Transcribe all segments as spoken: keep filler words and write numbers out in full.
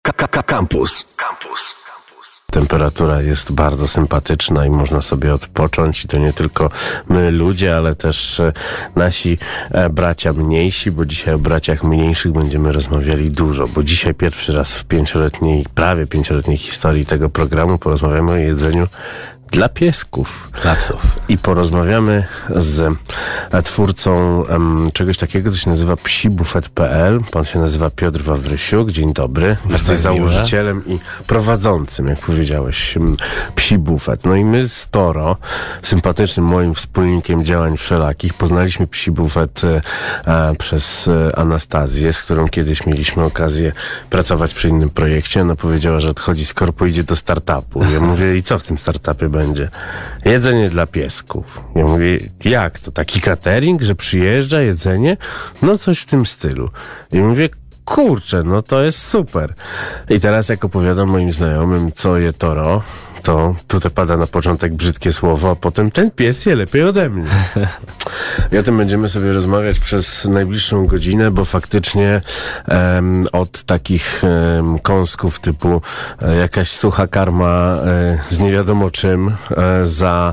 Campus. Campus. Temperatura jest bardzo sympatyczna i można sobie odpocząć i to nie tylko my ludzie, ale też nasi bracia mniejsi, bo dzisiaj o braciach mniejszych będziemy rozmawiali dużo, bo dzisiaj pierwszy raz w pięcioletniej, prawie pięcioletniej historii tego programu porozmawiamy o jedzeniu dla piesków. Dla psów. I porozmawiamy z twórcą um, czegoś takiego, co się nazywa psi bufet kropka pe el. Pan się nazywa Piotr Wawrysiuk. Dzień dobry. Jesteś założycielem i prowadzącym, jak powiedziałeś, Psi Bufet. No i my z Toro, sympatycznym moim wspólnikiem działań wszelakich, poznaliśmy Psi Bufet e, przez e, Anastazję, z którą kiedyś mieliśmy okazję pracować przy innym projekcie. Ona powiedziała, że odchodzi z korpo, idzie do startupu. Ja mówię, i co w tym startupie będzie? Jedzenie dla piesków. Ja mówię, jak to? Taki catering, że przyjeżdża jedzenie? No coś w tym stylu. I mówię, kurczę, no to jest super. I teraz jak opowiadam moim znajomym, co je Toro, to tutaj pada na początek brzydkie słowo, a potem ten pies je lepiej ode mnie. I o tym będziemy sobie rozmawiać przez najbliższą godzinę, bo faktycznie um, od takich um, kąsków typu e, jakaś sucha karma e, z nie wiadomo czym e, za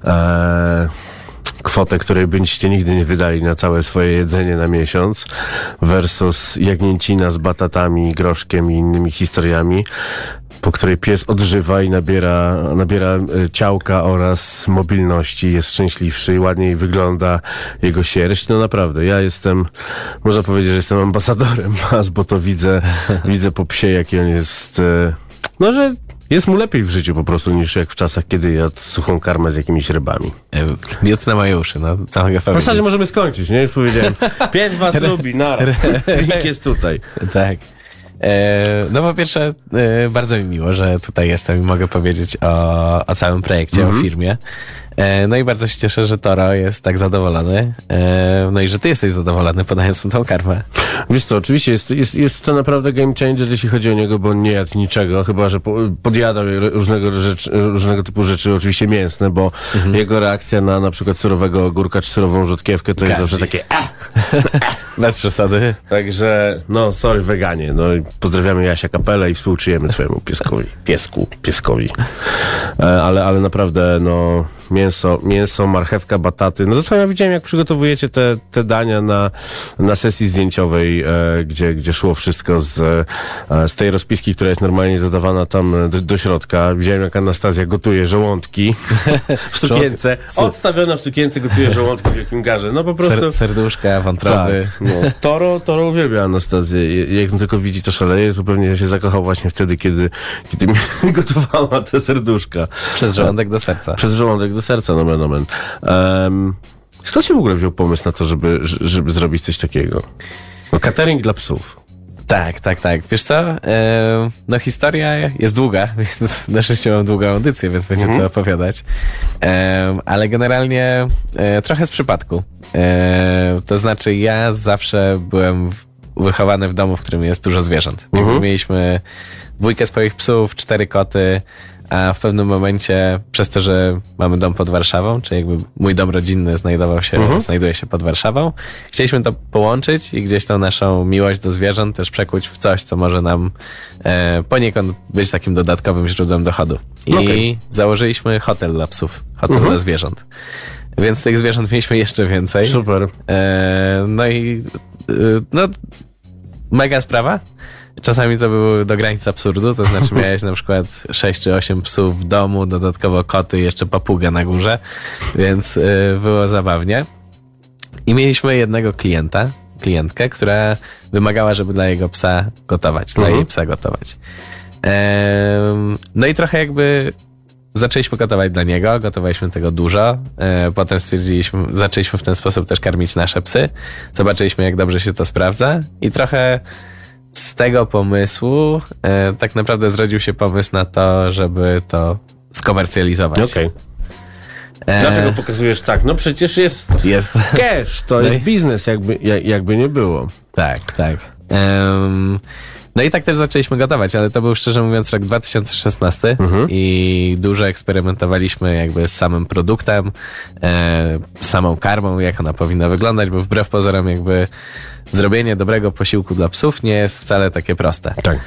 e, kwotę, której byście nigdy nie wydali na całe swoje jedzenie na miesiąc, versus jagnięcina z batatami, groszkiem i innymi historiami, po której pies odżywa i nabiera, nabiera ciałka oraz mobilności, jest szczęśliwszy i ładniej wygląda jego sierść. No naprawdę, ja jestem, można powiedzieć, że jestem ambasadorem was, bo to widzę, widzę po psie, jaki on jest, no że jest mu lepiej w życiu po prostu niż jak w czasach, kiedy jadł suchą karmę z jakimiś rybami. Miód na moje uszy, no co mogę powiedzieć. W zasadzie możemy skończyć, nie? Już powiedziałem. Pies was lubi, nara. Link jest tutaj. Tak. E, no po pierwsze, e, bardzo mi miło, że tutaj jestem i mogę powiedzieć o, o całym projekcie, mm-hmm. o firmie. E, no i bardzo się cieszę, że Toro jest tak zadowolony. E, no i że ty jesteś zadowolony, podając mu tą karmę. Wiesz co, oczywiście jest, jest, jest to naprawdę game changer, jeśli chodzi o niego, bo on nie jadł niczego, chyba że po, podjadał różnego, rzecz, różnego typu rzeczy, oczywiście mięsne, bo mm-hmm. jego reakcja na na przykład surowego ogórka czy surową rzodkiewkę to jest zawsze takie bez przesady. Także, no sorry weganie, no i pozdrawiamy Jasia Kapelę i współczujemy twojemu pieskowi, piesku, pieskowi. E, ale, ale naprawdę, no mięso, mięso, marchewka, bataty. No to co ja widziałem, jak przygotowujecie te, te dania na, na sesji zdjęciowej, e, gdzie, gdzie szło wszystko z, e, z tej rozpiski, która jest normalnie dodawana tam do, do środka. Widziałem, jak Anastazja gotuje żołądki w sukience. Odstawiona w sukience gotuje żołądki w wielkim garze. No po prostu... Ser, serduszka, wątroby. Tak, no. Toro, Toro uwielbia Anastazję. Jak on tylko widzi, to szaleje, to pewnie się zakochał właśnie wtedy, kiedy, kiedy mi gotowała te serduszka. Przez żołądek do serca. Przez żołądek do serca, nomen omen. Um, skąd się w ogóle wziął pomysł na to, żeby, żeby zrobić coś takiego? No, catering dla psów. Tak, tak, tak. Wiesz co? E, no historia jest długa, więc na szczęście mam długą audycję, więc będzie mm-hmm. co opowiadać. E, ale generalnie e, trochę z przypadku. E, to znaczy ja zawsze byłem wychowany w domu, w którym jest dużo zwierząt. Mm-hmm. Mieliśmy dwójkę swoich psów, cztery koty, a w pewnym momencie, przez to, że mamy dom pod Warszawą, czyli jakby mój dom rodzinny znajdował się, uh-huh. znajduje się pod Warszawą, chcieliśmy to połączyć i gdzieś tą naszą miłość do zwierząt też przekuć w coś, co może nam e, poniekąd być takim dodatkowym źródłem dochodu. I okay. założyliśmy hotel dla psów, hotel uh-huh. dla zwierząt. Więc tych zwierząt mieliśmy jeszcze więcej. Super. E, no i e, no mega sprawa. Czasami to było do granicy absurdu, to znaczy miałeś na przykład sześć czy osiem psów w domu, dodatkowo koty i jeszcze papugę na górze, więc y, było zabawnie. I mieliśmy jednego klienta, klientkę, która wymagała, żeby dla jego psa gotować, dla uh-huh. jej psa gotować. Ehm, no i trochę jakby zaczęliśmy gotować dla niego, gotowaliśmy tego dużo, e, potem stwierdziliśmy, zaczęliśmy w ten sposób też karmić nasze psy, zobaczyliśmy, jak dobrze się to sprawdza i trochę z tego pomysłu e, tak naprawdę zrodził się pomysł na to, żeby to skomercjalizować. Okej. Okay. Dlaczego pokazujesz tak? No przecież jest, jest. cash, to no jest i... biznes, jakby, jakby nie było. Tak, tak. Um, no i tak też zaczęliśmy gotować, ale to był szczerze mówiąc rok dwa tysiące szesnasty mhm. i dużo eksperymentowaliśmy jakby z samym produktem, e, samą karmą, jak ona powinna wyglądać, bo wbrew pozorom jakby zrobienie dobrego posiłku dla psów nie jest wcale takie proste. Tak.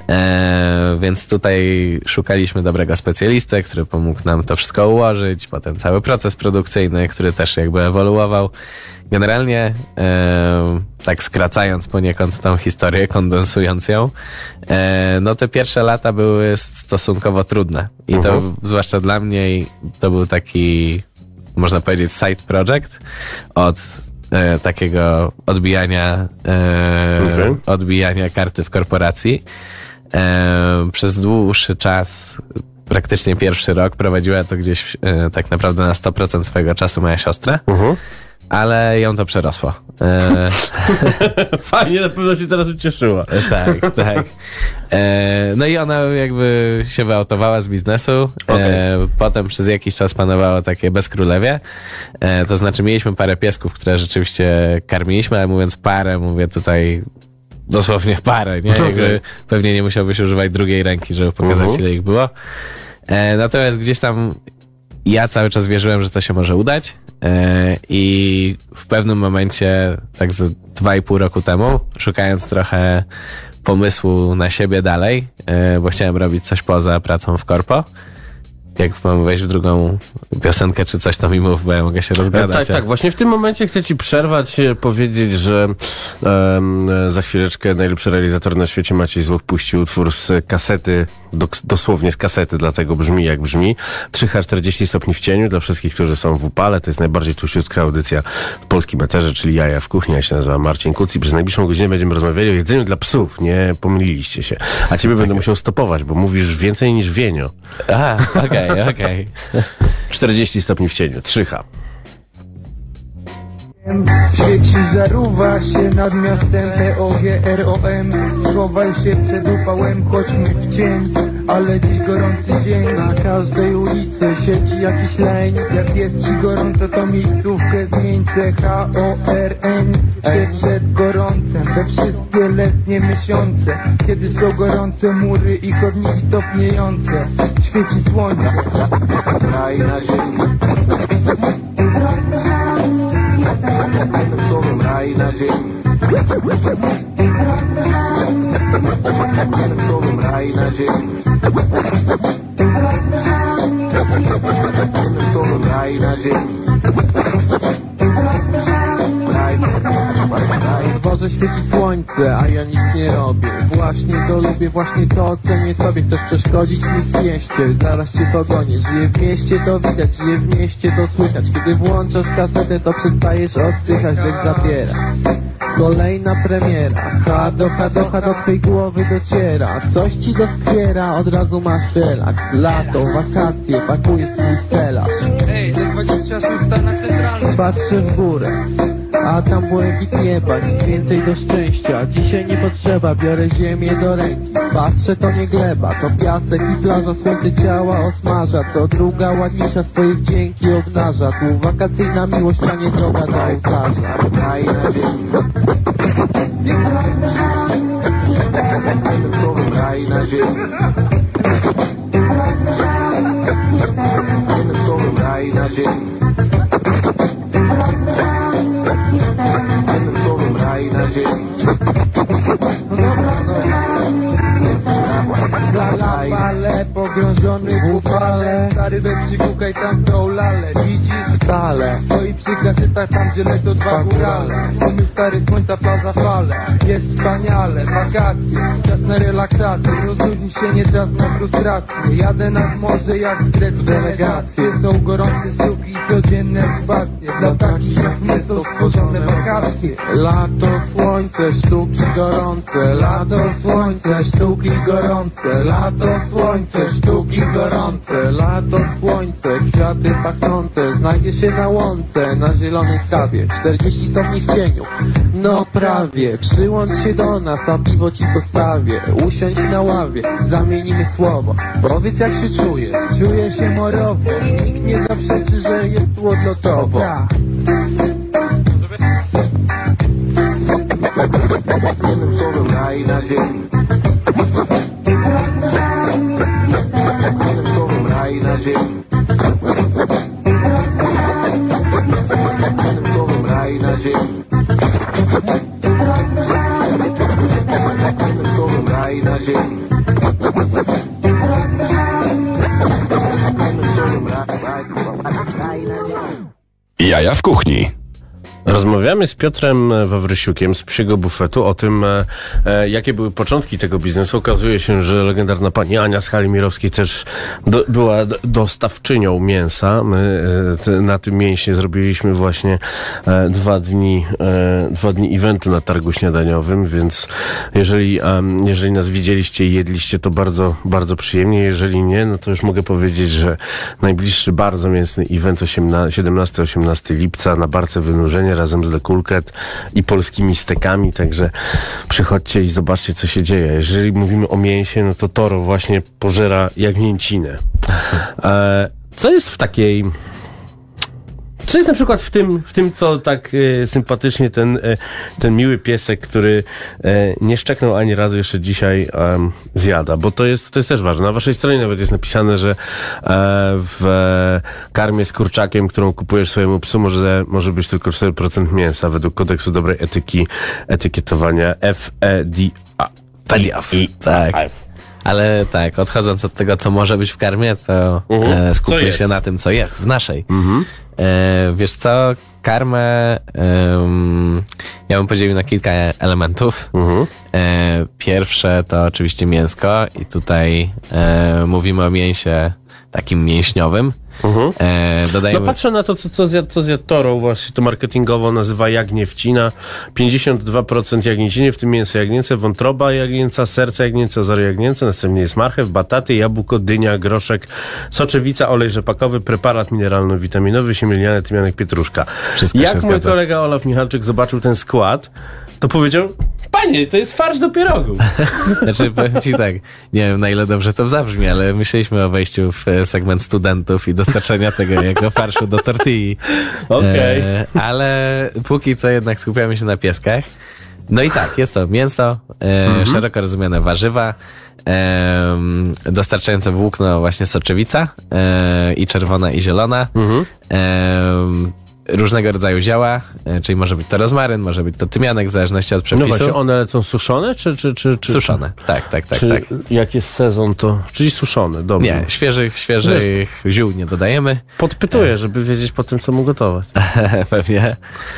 E, więc tutaj szukaliśmy dobrego specjalisty, który pomógł nam to wszystko ułożyć, potem cały proces produkcyjny, który też jakby ewoluował. Generalnie, e, tak skracając poniekąd tą historię, kondensując ją, e, no te pierwsze lata były stosunkowo trudne. I to uh-huh. zwłaszcza dla mnie to był taki, można powiedzieć, side project od e, takiego odbijania, e, okay. odbijania karty w korporacji. E, przez dłuższy czas, praktycznie pierwszy rok, prowadziła to gdzieś e, tak naprawdę na sto procent swojego czasu moja siostra. Uh-huh. Ale ją to przerosło. E... Fajnie, na pewno się teraz ucieszyła. Tak, tak. E... No i ona jakby się wyautowała z biznesu. Okay. E... Potem przez jakiś czas panowało takie bezkrólewie. E... To znaczy mieliśmy parę piesków, które rzeczywiście karmiliśmy, ale mówiąc parę, mówię tutaj dosłownie parę, nie? Okay. Jakby pewnie nie musiałbyś używać drugiej ręki, żeby pokazać, uh-huh. ile ich było. E... Natomiast gdzieś tam ja cały czas wierzyłem, że to się może udać i w pewnym momencie, tak z dwa i pół roku temu, szukając trochę pomysłu na siebie dalej, bo chciałem robić coś poza pracą w korpo. Jak mam wejść w drugą piosenkę czy coś, to mi mów, bo ja mogę się rozgadać. Tak, tak. Właśnie w tym momencie chcę ci przerwać, powiedzieć, że um, za chwileczkę najlepszy realizator na świecie Maciej Złoch puścił utwór z kasety, do, dosłownie z kasety, dlatego brzmi jak brzmi. trzy H czterdzieści stopni w cieniu dla wszystkich, którzy są w upale. To jest najbardziej tuściutka audycja w polskim eterze, czyli Jaja w kuchni. Ja się nazywam Marcin Kuc i przez najbliższą godzinę będziemy rozmawiali o jedzeniu dla psów. Nie pomyliliście się. A ciebie będę musiał stopować, bo mówisz więcej niż Wienio. Aha, okej. Okay. Okej, okej. czterdzieści stopni w cieniu, trzy H. Świeci żarówa się nad miastem T O G R O M. Schowaj się przed upałem, chodźmy w cień. Ale dziś gorący dzień, na każdej ulicy siedzi jakiś leń. Jak jest ci gorąco, to miejscówkę zmień. C H O R N się przed gorącem we wszystkie letnie miesiące, kiedy są gorące mury i chodniki topniejące. Świeci słońce, raj na ziemi. Raj na ziemi. Raj na ziemi. Raj na ziemi. W dworze świeci słońce, a ja nic nie robię. Właśnie to lubię, właśnie to cenię sobie. Chcesz przeszkodzić mi w mieście, zaraz cię pogonię. Żyję w mieście, to widać, żyję w mieście, to słychać. Kiedy włączasz kasetę, to przestajesz oddychać, lek zabiera. Kolejna premiera, H do H do H do twej głowy dociera. Coś ci doskwiera, od razu masz relaks. Lato, wakacje, pakuję swój stelaż. Ej, to dwadzieścia szósta na centralnym. Patrzę w górę, a tam błękit nieba, nic więcej do szczęścia. Dzisiaj nie potrzeba, biorę ziemię do ręki. Patrzę, to nie gleba, to piasek i plaża. Słońce ciała osmaża, co druga ładniejsza swoje wdzięki obnaża. Tu wakacyjna miłość, a nie droga do ołtarza. Raj na ziemi. Raj na ziemi. Raj na ziemi. Raj na ziemi. Lalapale, pogrążony w upale. Stary we wsi, kukaj tam tą lalę. Widzisz wcale, stoi przy kasetach tam, gdzie lecą dwa górale. Mamy stary słońca, plaża, fale. Jest wspaniale, wakacje, czas na relaksację. Rozluźni się, nie czas na frustrację. Jadę nad morze jak z Grecji delegacje. Są gorące suki i codzienne spacje. Dla takich jak my są stworzone wakacje. Lato, słońce, sztuki gorące. Lato, słońce, sztuki gorące. Lato, słońce, sztuki gorące. Lato, słońce, kwiaty pachnące. Znajdziesz się na łące, na zielonej skawie. czterdzieści stopni w cieniu, no prawie. Przyłącz się do nas, a piwo ci postawię. Usiądź na ławie, zamienimy słowo. Powiedz jak się czujesz, czuję się morowo. Nikt nie zaprzeczy, że jest tu odlotowo. Raj na ziemi. Raj na ziemi. Raj na ziemi. Raj na ziemi. Jaja w kuchni. Rozmawiamy z Piotrem Wawrysiukiem z Psiego Bufetu o tym, e, jakie były początki tego biznesu. Okazuje się, że legendarna pani Ania z Hali Mirowskiej też do, była dostawczynią mięsa. My e, te, na tym mięsie zrobiliśmy właśnie e, dwa dni e, dwa dni eventu na targu śniadaniowym, więc jeżeli, e, jeżeli nas widzieliście i jedliście, to bardzo, bardzo przyjemnie. Jeżeli nie, no to już mogę powiedzieć, że najbliższy bardzo mięsny event siedemnastego osiemnastego lipca na Barce Wynurzenie razem z Le Coolcat i polskimi stekami, także przychodźcie i zobaczcie, co się dzieje. Jeżeli mówimy o mięsie, no to Toro właśnie pożera jagnięcinę. E, co jest w takiej... Co jest na przykład w tym, w tym co tak e, sympatycznie ten, e, ten miły piesek, który e, nie szczeknął ani razu jeszcze dzisiaj e, zjada, bo to jest, to jest też ważne. Na waszej stronie nawet jest napisane, że e, w e, karmie z kurczakiem, którą kupujesz swojemu psu, może, może być tylko cztery procent mięsa według kodeksu dobrej etyki etykietowania F E D A. Tak. Ale tak, odchodząc od tego, co może być w karmie, to uh-huh. e, skupię się na tym, co jest w naszej. Uh-huh. E, wiesz co, karmę um, ja bym podzielił na kilka elementów. Uh-huh. E, pierwsze to oczywiście mięsko i tutaj e, mówimy o mięsie takim mięśniowym. Uh-huh. E, dodajemy... No patrzę na to, co, co, zjadł, co zjadł Toro, właśnie to marketingowo nazywa jagniewcina. pięćdziesiąt dwa procent jagnięciny, w tym mięso jagnięce, wątroba jagnięca, serce jagnięce, ozory jagnięce, następnie jest marchew, bataty, jabłko, dynia, groszek, soczewica, olej rzepakowy, preparat mineralno-witaminowy, siemielniane, tymianek, pietruszka. Wszystko Jak się mój zgadza. kolega Olaf Michalczyk zobaczył ten skład, to powiedział: panie, to jest farsz do pierogów. Znaczy, powiem ci tak, nie wiem na ile dobrze to zabrzmi, ale myśleliśmy o wejściu w segment studentów i dostarczenia tego jako farszu do tortilli. Okej. E, ale póki co jednak skupiamy się na pieskach. No i tak, jest to mięso, e, mhm. szeroko rozumiane warzywa, e, dostarczające włókno właśnie soczewica e, i czerwona i zielona. Mhm. E, różnego rodzaju zioła, czyli może być to rozmaryn, może być to tymianek, w zależności od przepisu. No właśnie, one lecą suszone, czy... czy, czy, czy suszone, tak, tak, tak, czy tak. Jak jest sezon, to... Czyli suszone, dobrze. Nie, świeżych, świeżych ziół nie dodajemy. Podpytuję, e... żeby wiedzieć po tym, co mu gotować. Pewnie.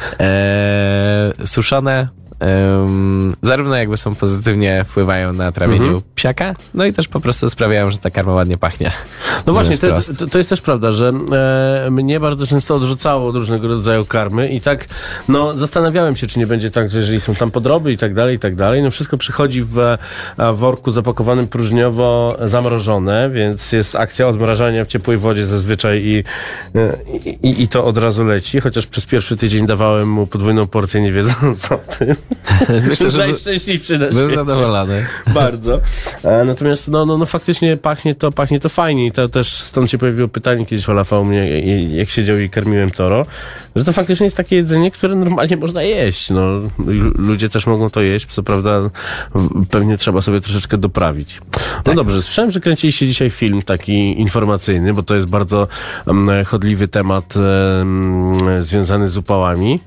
E, suszone, Um, zarówno jakby są pozytywnie wpływają na trawieniu mhm. psiaka, no i też po prostu sprawiają, że ta karma ładnie pachnie. No właśnie, to, to, to jest też prawda, że e, mnie bardzo często odrzucało od różnego rodzaju karmy i tak, no zastanawiałem się, czy nie będzie tak, że jeżeli są tam podroby i tak dalej, i tak dalej, no wszystko przychodzi w, w worku zapakowanym próżniowo zamrożone, więc jest akcja odmrażania w ciepłej wodzie zazwyczaj i, i, i to od razu leci, chociaż przez pierwszy tydzień dawałem mu podwójną porcję, nie wiedząc o tym. Myślę, że najszczęśliwszy na był zadowolony. Bardzo. E, natomiast no, no, no faktycznie pachnie to, pachnie to fajnie i to też stąd się pojawiło pytanie kiedyś Olafa u mnie, jak siedział i karmiłem Toro, że to faktycznie jest takie jedzenie, które normalnie można jeść. No, ludzie też mogą to jeść, co prawda pewnie trzeba sobie troszeczkę doprawić. No tak. Dobrze, słyszałem, że kręciliście dzisiaj film taki informacyjny, bo to jest bardzo um, chodliwy temat um, związany z upałami.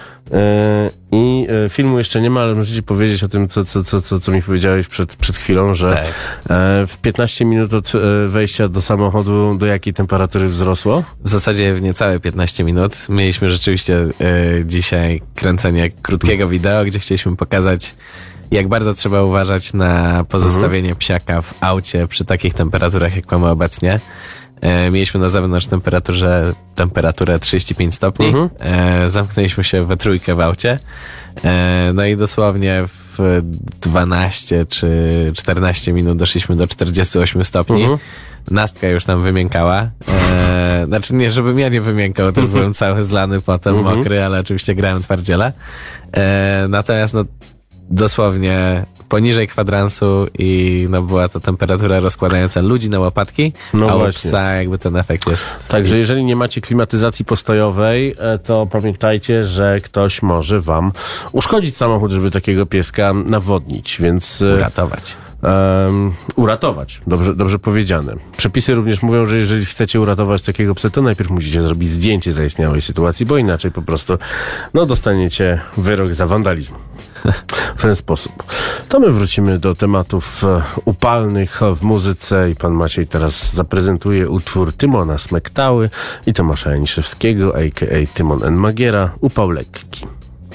I filmu jeszcze nie ma, ale możecie powiedzieć o tym, co, co, co, co, co mi powiedziałeś przed, przed chwilą, że tak. w piętnaście minut od wejścia do samochodu do jakiej temperatury wzrosło? W zasadzie w niecałe piętnaście minut. Mieliśmy rzeczywiście y, dzisiaj kręcenie krótkiego wideo, gdzie chcieliśmy pokazać, jak bardzo trzeba uważać na pozostawienie mhm. psiaka w aucie przy takich temperaturach, jak mamy obecnie. E, mieliśmy na zewnątrz temperaturze, temperaturę trzydzieści pięć stopni. Mhm. E, zamknęliśmy się we trójkę w aucie. E, no i dosłownie w dwanaście czy czternaście minut doszliśmy do czterdziestu ośmiu stopni. Mhm. Nastka już tam wymiękała. E, znaczy nie, żebym ja nie wymiękał, też byłem cały zlany potem, mhm. mokry, ale oczywiście grałem twardziela. E, natomiast no dosłownie poniżej kwadransu i no była to temperatura rozkładająca ludzi na łopatki, no a u psa jakby ten efekt jest... Także jeżeli nie macie klimatyzacji postojowej, to pamiętajcie, że ktoś może wam uszkodzić samochód, żeby takiego pieska nawodnić, więc... Uratować. Um, uratować, dobrze, dobrze powiedziane. Przepisy również mówią, że jeżeli chcecie uratować takiego psa, to najpierw musicie zrobić zdjęcie zaistniałej sytuacji, bo inaczej po prostu no, dostaniecie wyrok za wandalizm. W ten sposób. To my wrócimy do tematów upalnych w muzyce i pan Maciej teraz zaprezentuje utwór Tymona Smektały i Tomasza Janiszewskiego, a k a. Tymon N. Magiera, Upał lekki.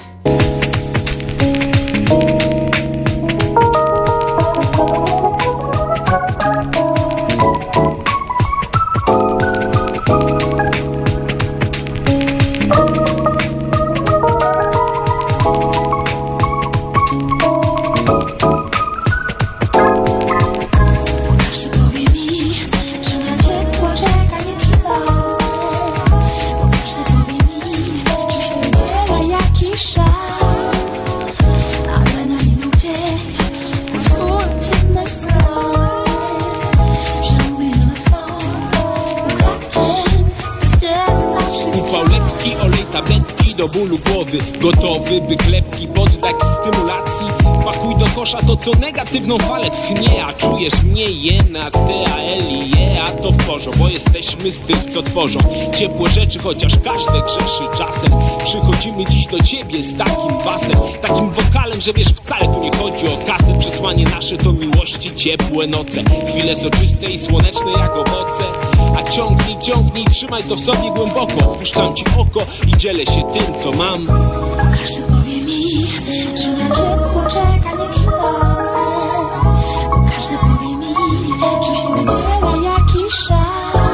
Do bólu głowy, gotowy by klepki poddać stymulacji. Pakuj do kosza to co negatywną falę tchnie, a czujesz mnie je na T A L I je, a to w porze, bo jesteśmy z tych co tworzą ciepłe rzeczy, chociaż każde grzeszy czasem. Przychodzimy dziś do ciebie z takim basem, takim wokalem, że wiesz wcale tu nie chodzi o kasę. Przesłanie nasze to miłości, ciepłe noce, chwile soczyste i słoneczne jak owoce. A ciągnij, ciągnij, trzymaj to w sobie głęboko. Puszczam ci oko i dzielę się tym, co mam. Każdy powie mi, że na ciepło czeka nieprzytomny. Każdy powie mi, że się wydziela jakiś szał.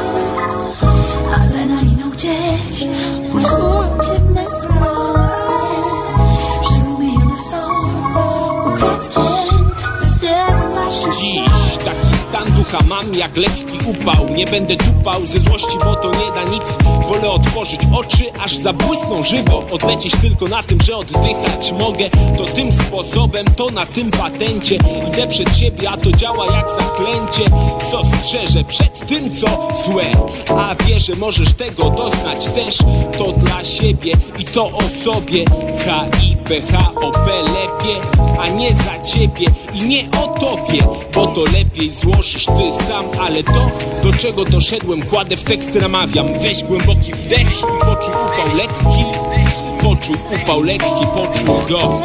Adrenaliną gdzieś pulsują ciemne strony. Przerumienione są ukradkiem bez wiedzy naszych. Dziś taki stan ducha mam jak lekki upał. Nie będę tupał ze złości, bo to nie da nic. Wolę otworzyć oczy, aż zabłysną żywo. Odlecieć tylko na tym, że oddychać mogę. To tym sposobem, to na tym patencie. Idę przed siebie, a to działa jak zaklęcie. Co strzeże przed tym, co złe. A wierzę, możesz tego doznać też. To dla siebie i to o sobie. H I P H O P lepiej, a nie za ciebie i nie o tobie. Bo to lepiej złożysz ty sam. Ale to, do czego doszedłem, kładę w teksty, namawiam. Weź głęboki wdech i poczuj upał lekki. Poczuj upał lekki, poczuj go.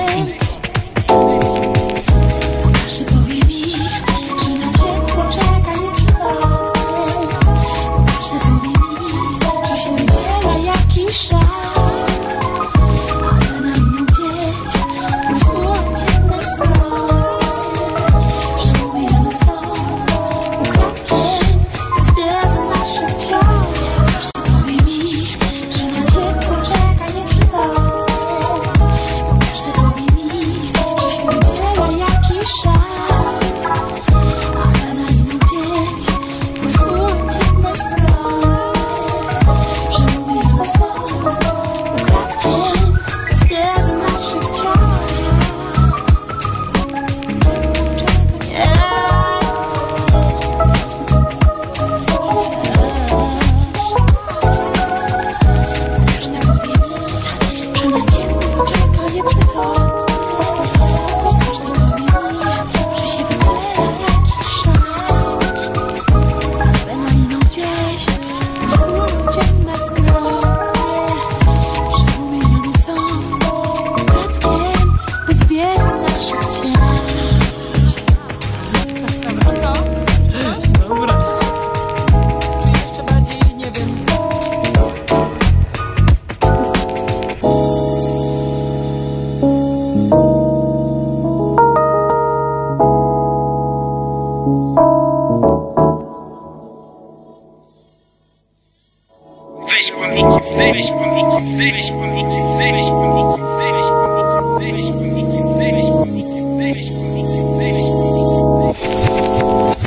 Każdy powie mi, że na ciepło czeka nieprzytomny. Każdy powie mi, że się wydziela jakiś szał. Adrenaliną gdzieś pulsują ciemne strony. Przerumienione są ukradkiem bez wiedzy naszych ciał. Każdy powie mi, że na ciepło czeka nieprzytomny. Każdy powie mi, że się wydziela jakiś szał. Adrenaliną gdzieś pulsują ciemne strony. Przerumienione są ukradkiem bez wiedzy naszych ciał. Każdy powie mi, że na ciepło czeka nieprzytomny. Każdy powie mi, że się wydziela jakiś szał. Adrenaliną gdzieś pulsują ciemne skronie. Przerumienione są ukradkiem bez wiedzy naszych ciał. Czy jeszcze bardziej, nie wiem. Weź głęboki wdech, weź głęboki wdech, weź głęboki wdech, weź głęboki wdech, weź głęboki wdech, weź głęboki wdech, weź głęboki wdech, weź głęboki wdech, weź głęboki wdech.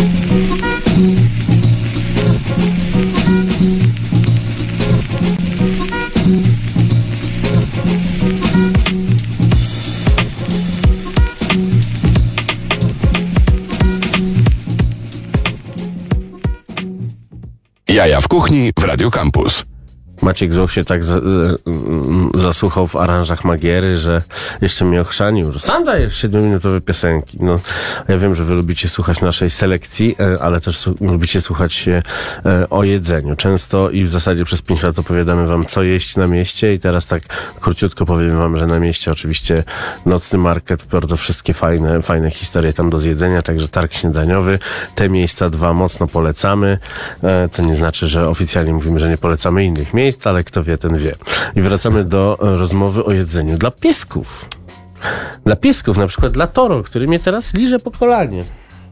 Jaja w kuchni w Radio Campus. Maciek Złoch się tak za, zasłuchał w aranżach Magiery, że jeszcze mnie ochrzanił, że sam dajesz siedmiominutowe piosenki. No, ja wiem, że wy lubicie słuchać naszej selekcji, ale też su- lubicie słuchać e, o jedzeniu. Często i w zasadzie przez pięć lat opowiadamy wam, co jeść na mieście i teraz tak króciutko powiem wam, że na mieście oczywiście nocny market, bardzo wszystkie fajne, fajne historie tam do zjedzenia, także targ śniadaniowy. Te miejsca dwa mocno polecamy, e, co nie znaczy, że oficjalnie mówimy, że nie polecamy innych miejsc, ale kto wie, ten wie. I wracamy do rozmowy o jedzeniu dla piesków. Dla piesków, na przykład dla Toro, który mnie teraz liże po kolanie.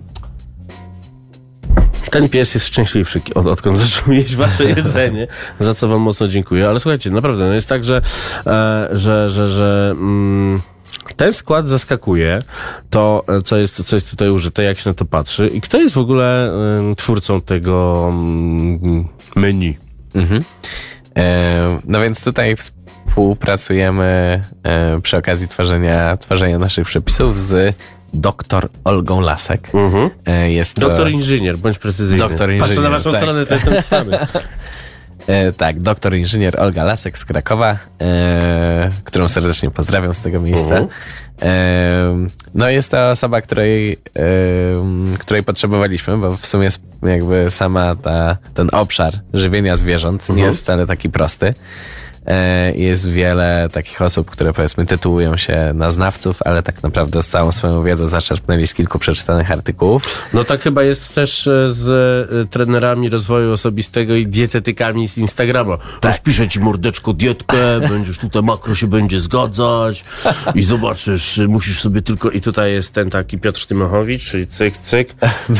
Ten pies jest szczęśliwszy, od, odkąd zaczął jeść wasze jedzenie, za co wam mocno dziękuję. Ale słuchajcie, naprawdę, no jest tak, że, e, że, że, że mm, ten skład zaskakuje, to co jest, co jest tutaj użyte, jak się na to patrzy. I kto jest w ogóle y, twórcą tego mm, menu? Mhm. No więc tutaj współpracujemy przy okazji tworzenia, tworzenia naszych przepisów z doktor Olgą Lasek. Mhm. Jest to... Doktor inżynier, bądź precyzyjny. Doktor inżynier, Patrzę na waszą tak. stronę, to jestem cwany. Tak, doktor inżynier Olga Lasek z Krakowa, e, którą serdecznie pozdrawiam z tego miejsca. Mhm. E, no jest to osoba, której, e, której potrzebowaliśmy, bo w sumie jakby sama ta, ten obszar żywienia zwierząt mhm. nie jest wcale taki prosty. E, jest wiele takich osób, które powiedzmy tytułują się na znawców, ale tak naprawdę z całą swoją wiedzą zaczerpnęli z kilku przeczytanych artykułów. No tak chyba jest też z trenerami rozwoju osobistego i dietetykami z Instagrama. Tak. Rozpiszę ci mordeczko dietkę, będziesz tutaj makro się będzie zgadzać i zobaczysz, musisz sobie tylko... I tutaj jest ten taki Piotr Tymachowicz, czyli cyk, cyk,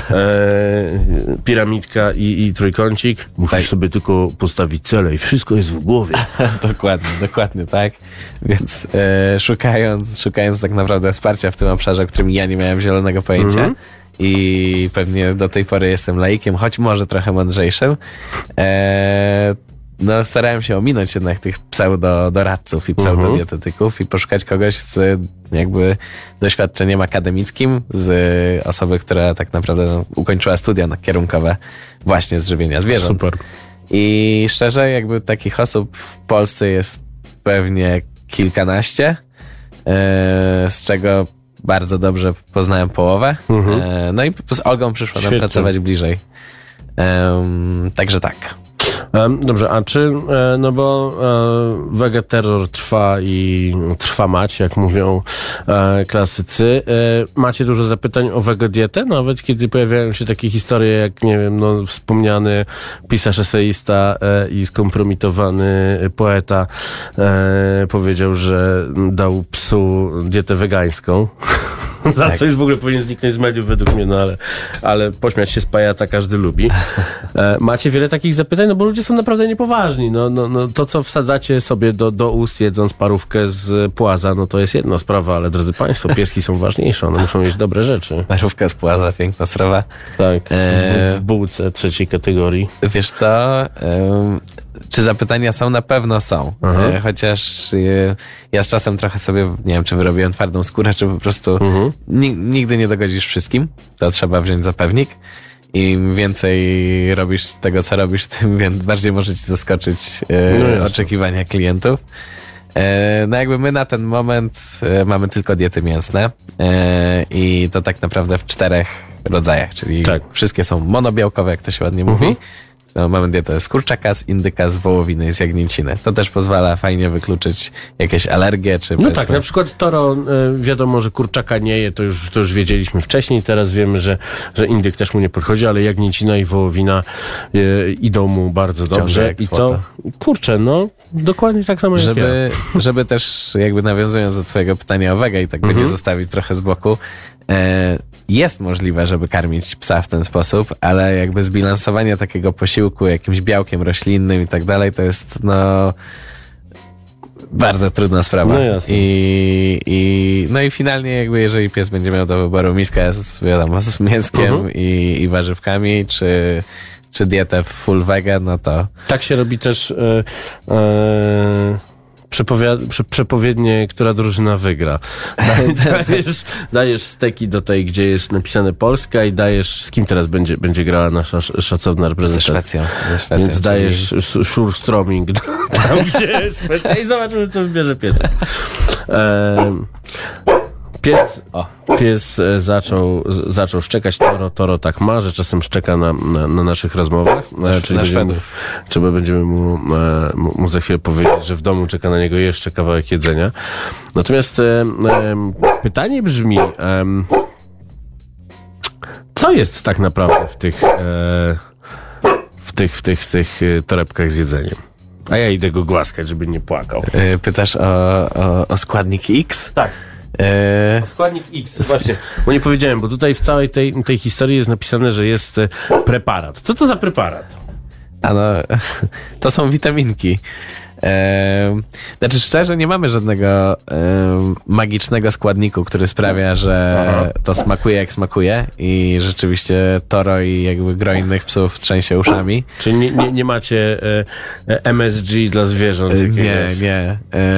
e, piramidka i, i trójkącik. Musisz tak. sobie tylko postawić cele i wszystko jest w głowie. Dokładnie, dokładnie tak. Więc e, szukając, szukając tak naprawdę wsparcia w tym obszarze, o którym ja nie miałem zielonego pojęcia mm-hmm. i pewnie do tej pory jestem laikiem, choć może trochę mądrzejszym, e, no starałem się ominąć jednak tych pseudo-doradców i pseudodietetyków i poszukać kogoś z jakby doświadczeniem akademickim, z osoby, która tak naprawdę no, ukończyła studia kierunkowe właśnie z żywienia zwierząt. Super. I szczerze, jakby takich osób w Polsce jest pewnie kilkanaście, yy, z czego bardzo dobrze poznałem połowę. Mhm. Yy, no i z Olgą przyszło nam pracować bliżej. Yy, także tak. Dobrze, a czy, no bo e, wegeterror trwa i trwa mać, jak mówią e, klasycy. E, macie dużo zapytań o wegodietę? Nawet kiedy pojawiają się takie historie, jak nie wiem, no wspomniany pisarz, eseista e, i skompromitowany poeta e, powiedział, że dał psu dietę wegańską. Za tak. co już w ogóle powinien zniknąć z mediów według mnie, no ale, ale pośmiać się z pajaca każdy lubi. E, macie wiele takich zapytań, no bo ludzie są naprawdę niepoważni. No, no, no, to, co wsadzacie sobie do, do ust, jedząc parówkę z płaza, no to jest jedna sprawa, ale drodzy państwo, pieski są ważniejsze, one muszą jeść dobre rzeczy. Parówka z płaza, piękna sprawa. Tak, e... w bułce trzeciej kategorii. Wiesz co... Um... Czy zapytania są? Na pewno są. E, chociaż e, ja z czasem trochę sobie, nie wiem, czy wyrobiłem twardą skórę, czy po prostu uh-huh. ni- nigdy nie dogodzisz wszystkim. To trzeba wziąć za pewnik. Im więcej robisz tego, co robisz, tym bardziej może ci zaskoczyć e, no oczekiwania klientów. E, no jakby my na ten moment e, mamy tylko diety mięsne e, i to tak naprawdę w czterech rodzajach, czyli tak. wszystkie są monobiałkowe, jak to się ładnie uh-huh. mówi. No, mamy dietę z kurczaka, z indyka, z wołowiny i z jagnięciny. To też pozwala fajnie wykluczyć jakieś alergie, czy... No powiedzmy... tak, na przykład Toro, y, wiadomo, że kurczaka nie je, to już, to już wiedzieliśmy wcześniej, teraz wiemy, że, że indyk też mu nie podchodzi, ale jagnięcina i wołowina y, idą mu bardzo dobrze. I to, kurczę, no, dokładnie tak samo jak żeby, ja. Żeby też, jakby nawiązując do twojego pytania o wege i tak mhm. nie zostawić trochę z boku, e, jest możliwe, żeby karmić psa w ten sposób, ale jakby zbilansowanie takiego posiłku jakimś białkiem roślinnym i tak dalej, to jest no bardzo trudna sprawa. No jasne. I, i, no i finalnie jakby jeżeli pies będzie miał do wyboru miskę z, wiadomo, z mięskiem Mhm. i, i warzywkami, czy, czy dietę full vegan, no to Tak się robi też e, e, przepowiad- prze- przepowiednie, która drużyna wygra. Daj- dajesz, dajesz steki do tej, gdzie jest napisane Polska i dajesz, z kim teraz będzie, będzie grała nasza sz- szacowna ze reprezentacja. Szwecją. Ze Szwecją Więc czyli- dajesz sz- Surströmming tam, gdzie jest Szwecja i zobaczymy, co wybierze piesek. Em, Pies, O. pies e, zaczął, z- zaczął szczekać. Toro, Toro tak ma, że czasem szczeka na, na, na naszych rozmowach. E, czyli na będziemy, Szwedów. trzeba będziemy mu, e, mu, mu za chwilę powiedzieć, że w domu czeka na niego jeszcze kawałek jedzenia. Natomiast e, e, pytanie brzmi, em, co jest tak naprawdę w tych, e, w tych, w tych, w tych e, torebkach z jedzeniem? A ja idę go głaskać, żeby nie płakał. Y, Pytasz o, o, o składnik X? Tak. Y, Składnik X, właśnie, bo nie powiedziałem, bo tutaj w całej tej, tej historii jest napisane, że jest e, preparat. Co to za preparat? A no, to są witaminki. Ehm, znaczy szczerze nie mamy żadnego em, magicznego składniku, który sprawia, że Aha. to smakuje jak smakuje i rzeczywiście Toro i jakby gro innych psów trzęsie uszami. Czyli nie, nie, nie macie e, e, M S G dla zwierząt? E, jakiegoś? Nie, nie.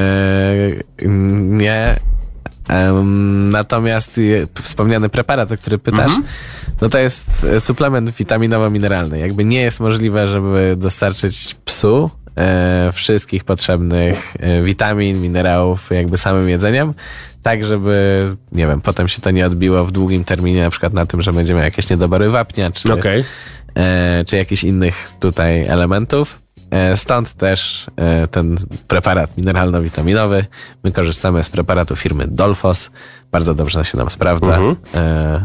E, nie. Em, natomiast je- wspomniany preparat, o który pytasz, no to jest e, suplement witaminowo-mineralny. Jakby nie jest możliwe, żeby dostarczyć psu e, wszystkich potrzebnych e, witamin, minerałów jakby samym jedzeniem, tak żeby, nie wiem, potem się to nie odbiło w długim terminie, na przykład na tym, że będziemy miał jakieś niedobory wapnia, czy, Okej. e, czy jakichś innych tutaj elementów. E, Stąd też e, ten preparat mineralno-witaminowy. My korzystamy z preparatu firmy Dolphos. Bardzo dobrze się nam sprawdza. Mhm. E,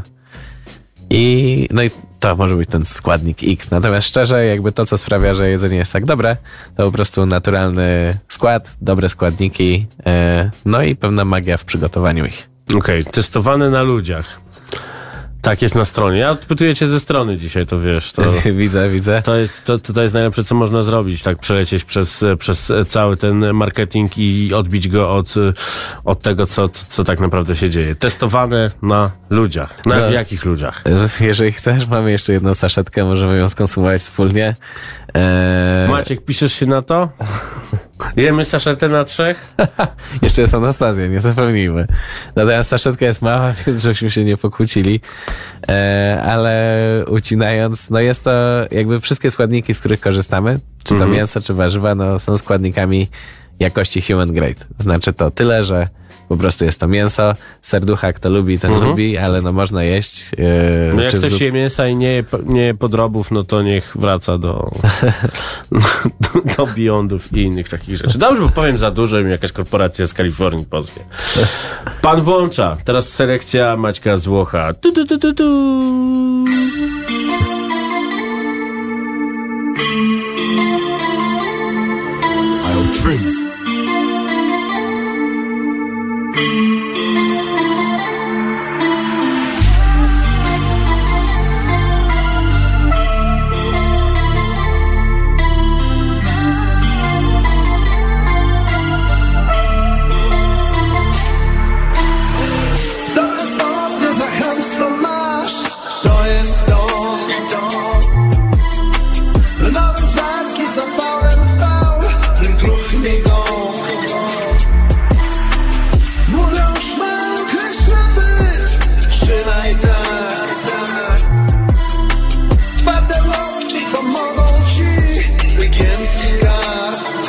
I no i to może być ten składnik X. Natomiast szczerze, jakby to, co sprawia, że jedzenie jest tak dobre, to po prostu naturalny skład, dobre składniki, e, no i pewna magia w przygotowaniu ich. Okej, testowane na ludziach. Tak jest na stronie. Ja odpytuję cię ze strony dzisiaj, to wiesz, to... widzę, widzę. To jest, to, to jest najlepsze, co można zrobić, tak przelecieć przez, przez cały ten marketing i odbić go od, od tego, co, co, co tak naprawdę się dzieje. Testowane na ludziach. Na No. jakich ludziach? Jeżeli chcesz, mamy jeszcze jedną saszetkę, możemy ją skonsumować wspólnie. E, Maciek, piszesz się na to? Jemy saszetę na trzech? Jeszcze jest Anastazja, nie zapomnijmy. Natomiast saszetka jest mała, więc żebyśmy się nie pokłócili. E, ale ucinając, no jest to jakby wszystkie składniki, z których korzystamy, czy to Mhm. mięso, czy warzywa, no są składnikami jakości human grade. Znaczy to tyle, że po prostu jest to mięso, serducha, kto lubi, ten Mhm. lubi, ale no można jeść. E, No jak czy w ktoś zup- je mięsa i nie je, nie je podrobów, no to niech wraca do, do, do Beyondów i innych takich rzeczy. Dobrze, bo powiem za dużo i mnie jakaś korporacja z Kalifornii pozwie. Pan włącza. Teraz selekcja Maćka z Włocha. Tu, tu, tu, tu, tu. Dobre stopnie za chamstwo masz. To jest to. W nowym zwarki za fałem fał. Ten kruchnie go. Mówią szmal, kreśla byt. Trzymaj tak. Twarde łokci pomogą ci. Wygiętki gard.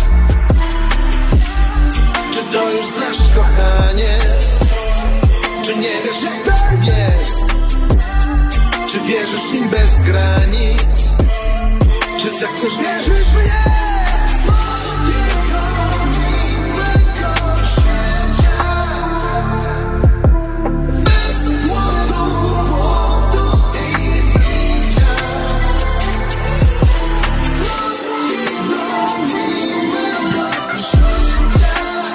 Czy to już znasz, kochanie? Czy nie wiesz, jak tak jest? Czy wierzysz im bez granic? Czy zechcesz wierzyć w nie? Swojego miłego życia. Bez głodu, głodu i picia. Swojego miłego życia.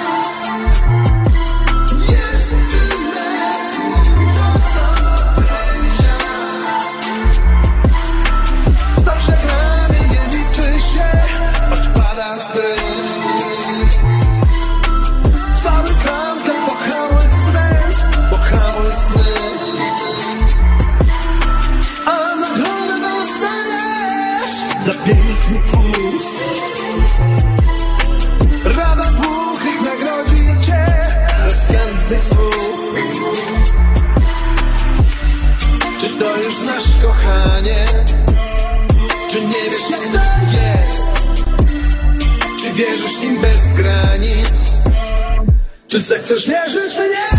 Jest tyle do zdobycia. To przegranie nie liczy się. piękny puls. Rada głuchych nagrodzi cię bez chętnych słów. Czy to już znasz, kochanie? Czy nie wiesz, jak to jest? Czy wierzysz im bez granic? Czy zechcesz wierzyć w nie?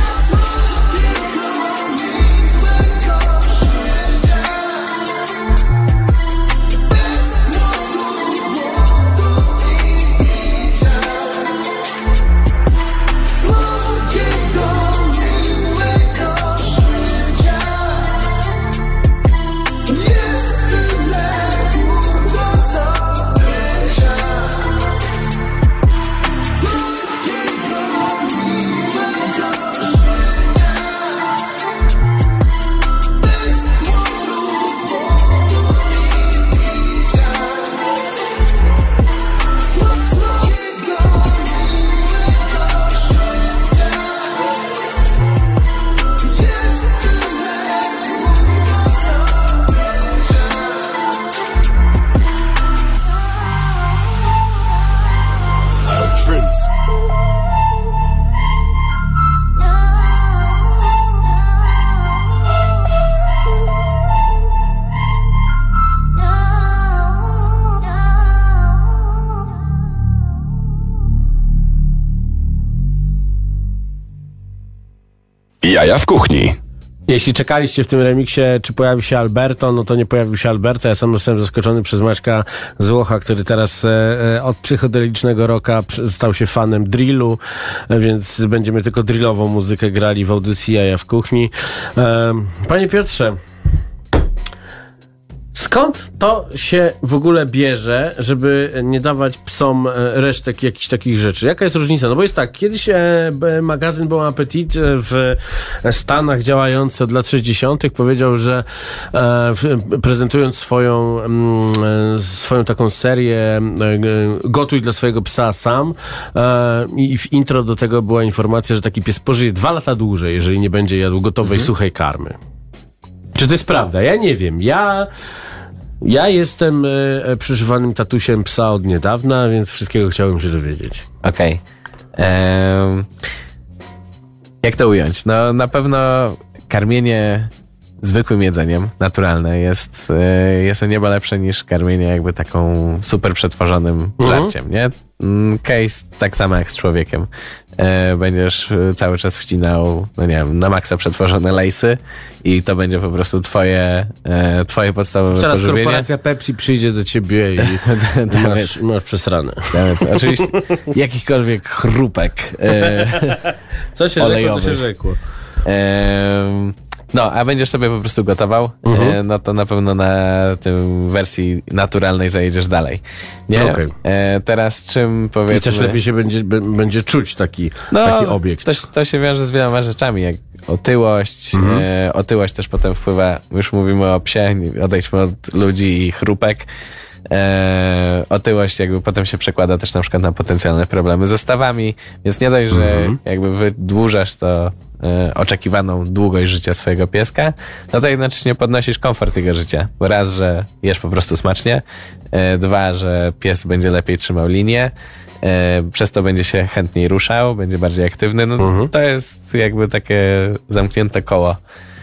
Jaja w kuchni. Jeśli czekaliście w tym remiksie, czy pojawi się Alberto, no to nie pojawił się Alberto. Ja sam zostałem zaskoczony przez Maćka Złocha, który teraz e, od psychodelicznego rocka stał się fanem drillu, e, więc będziemy tylko drillową muzykę grali w audycji Jaja w kuchni. E, Panie Piotrze, skąd to się w ogóle bierze, żeby nie dawać psom resztek jakichś takich rzeczy? Jaka jest różnica? No bo jest tak, kiedyś e, magazyn Bon Appetit w Stanach działający od lat sześćdziesiątych powiedział, że e, w, prezentując swoją m, swoją taką serię e, gotuj dla swojego psa sam e, i w intro do tego była informacja, że taki pies pożyje dwa lata dłużej, jeżeli nie będzie jadł gotowej, mhm. suchej karmy. Czy to jest prawda? Ja nie wiem. Ja ja jestem e, przyszywanym tatusiem psa od niedawna, więc wszystkiego chciałbym się dowiedzieć. Okej. Okay. Ehm, jak to ująć? No na pewno karmienie zwykłym jedzeniem, naturalne, jest, e, jest o niebo lepsze niż karmienie jakby taką super przetworzonym mhm. żarciem, nie? Case tak samo jak z człowiekiem. E, będziesz cały czas wcinał, no nie wiem, na maksa przetworzone lejsy i to będzie po prostu twoje, e, twoje podstawowe Teraz pożywienie. Teraz korporacja Pepsi przyjdzie do ciebie i masz, masz przesrane. Oczywiście jakichkolwiek chrupek e, co się olejowych. rzekło, co się rzekło. E, No, a będziesz sobie po prostu gotował, mhm. e, no to na pewno na tym wersji naturalnej zajedziesz dalej. Nie? Okay. E, teraz czym powiedzmy... I też lepiej się będzie, b- będzie czuć taki, no, taki obiekt. To, to się wiąże z wieloma rzeczami, jak otyłość. Mhm. E, otyłość też potem wpływa, już mówimy o psie, odejdźmy od ludzi i chrupek. E, otyłość jakby potem się przekłada też na przykład na potencjalne problemy ze stawami, więc nie dość, że mhm. jakby wydłużasz to e, oczekiwaną długość życia swojego pieska, no to jednocześnie podnosisz komfort jego życia, bo raz, że jesz po prostu smacznie, e, dwa, że pies będzie lepiej trzymał linię, e, przez to będzie się chętniej ruszał, będzie bardziej aktywny, no mhm. to jest jakby takie zamknięte koło.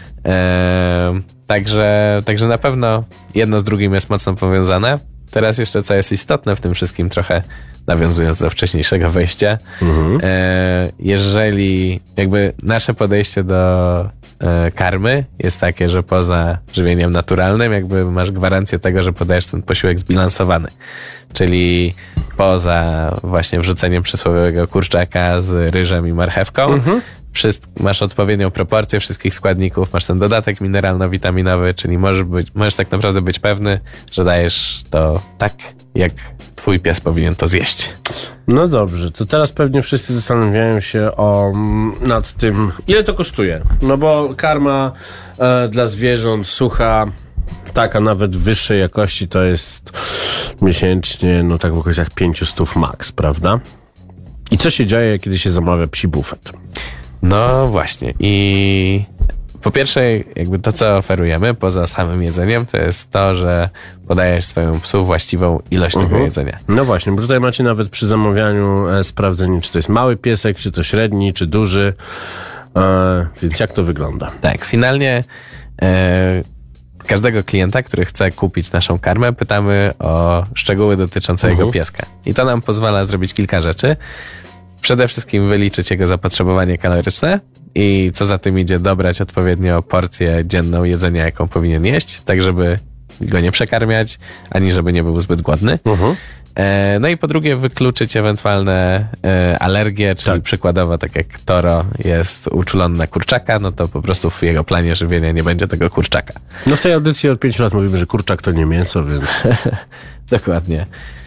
E, także, także na pewno jedno z drugim jest mocno powiązane. Teraz jeszcze co jest istotne w tym wszystkim, trochę nawiązując do wcześniejszego wejścia, mhm. e, jeżeli jakby nasze podejście do e, karmy jest takie, że poza żywieniem naturalnym jakby masz gwarancję tego, że podajesz ten posiłek zbilansowany, czyli poza właśnie wrzuceniem przysłowiowego kurczaka z ryżem i marchewką, mhm. Wszystk- masz odpowiednią proporcję wszystkich składników, masz ten dodatek mineralno-witaminowy, czyli możesz, być, możesz tak naprawdę być pewny, że dajesz to tak, jak twój pies powinien to zjeść. No dobrze, to teraz pewnie wszyscy zastanawiają się o, nad tym, ile to kosztuje. No bo karma e, dla zwierząt sucha, taka nawet wyższej jakości, to jest miesięcznie, no tak w okolicach pięćset max, prawda? I co się dzieje, kiedy się zamawia psi bufet? No właśnie i po pierwsze, jakby to, co oferujemy poza samym jedzeniem, to jest to, że podajesz swojemu psu właściwą ilość uh-huh. tego jedzenia. No właśnie, bo tutaj macie nawet przy zamawianiu e, sprawdzenie, czy to jest mały piesek, czy to średni, czy duży. E, więc jak to wygląda? Tak, finalnie e, każdego klienta, który chce kupić naszą karmę, pytamy o szczegóły dotyczące uh-huh. jego pieska. I to nam pozwala zrobić kilka rzeczy. Przede wszystkim wyliczyć jego zapotrzebowanie kaloryczne i co za tym idzie, dobrać odpowiednio porcję dzienną jedzenia, jaką powinien jeść, tak żeby go nie przekarmiać, ani żeby nie był zbyt głodny. Uh-huh. E, no i po drugie wykluczyć ewentualne e, alergie, czyli tak. przykładowo tak jak Toro jest uczulony na kurczaka, no to po prostu w jego planie żywienia nie będzie tego kurczaka. No w tej audycji od pięciu lat mówimy, że kurczak to nie mięso, więc... Dokładnie.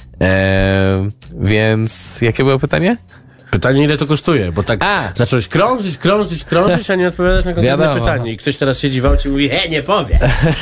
E, więc jakie było pytanie? Pytanie, ile to kosztuje, bo tak a. zacząłeś krążyć, krążyć, krążyć, a nie odpowiadać na konkretne pytanie. I ktoś teraz siedzi w aucie i mówi, he, nie powie.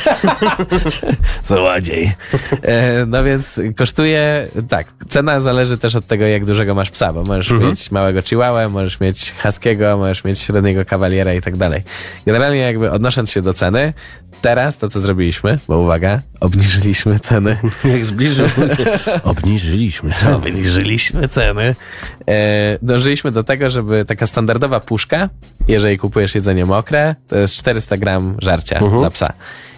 Złodziej. E, no więc kosztuje, tak, cena zależy też od tego, jak dużego masz psa, bo możesz mhm. mieć małego chihuahua, możesz mieć husky'ego, możesz mieć średniego kawaliera i tak dalej. Generalnie jakby odnosząc się do ceny, teraz to, co zrobiliśmy, bo uwaga, obniżyliśmy ceny. Jak zbliżymy. Obniżyliśmy ceny. Obniżyliśmy ceny. E, dążyliśmy do tego, żeby taka standardowa puszka, jeżeli kupujesz jedzenie mokre, to jest czterysta gram żarcia uh-huh. dla psa.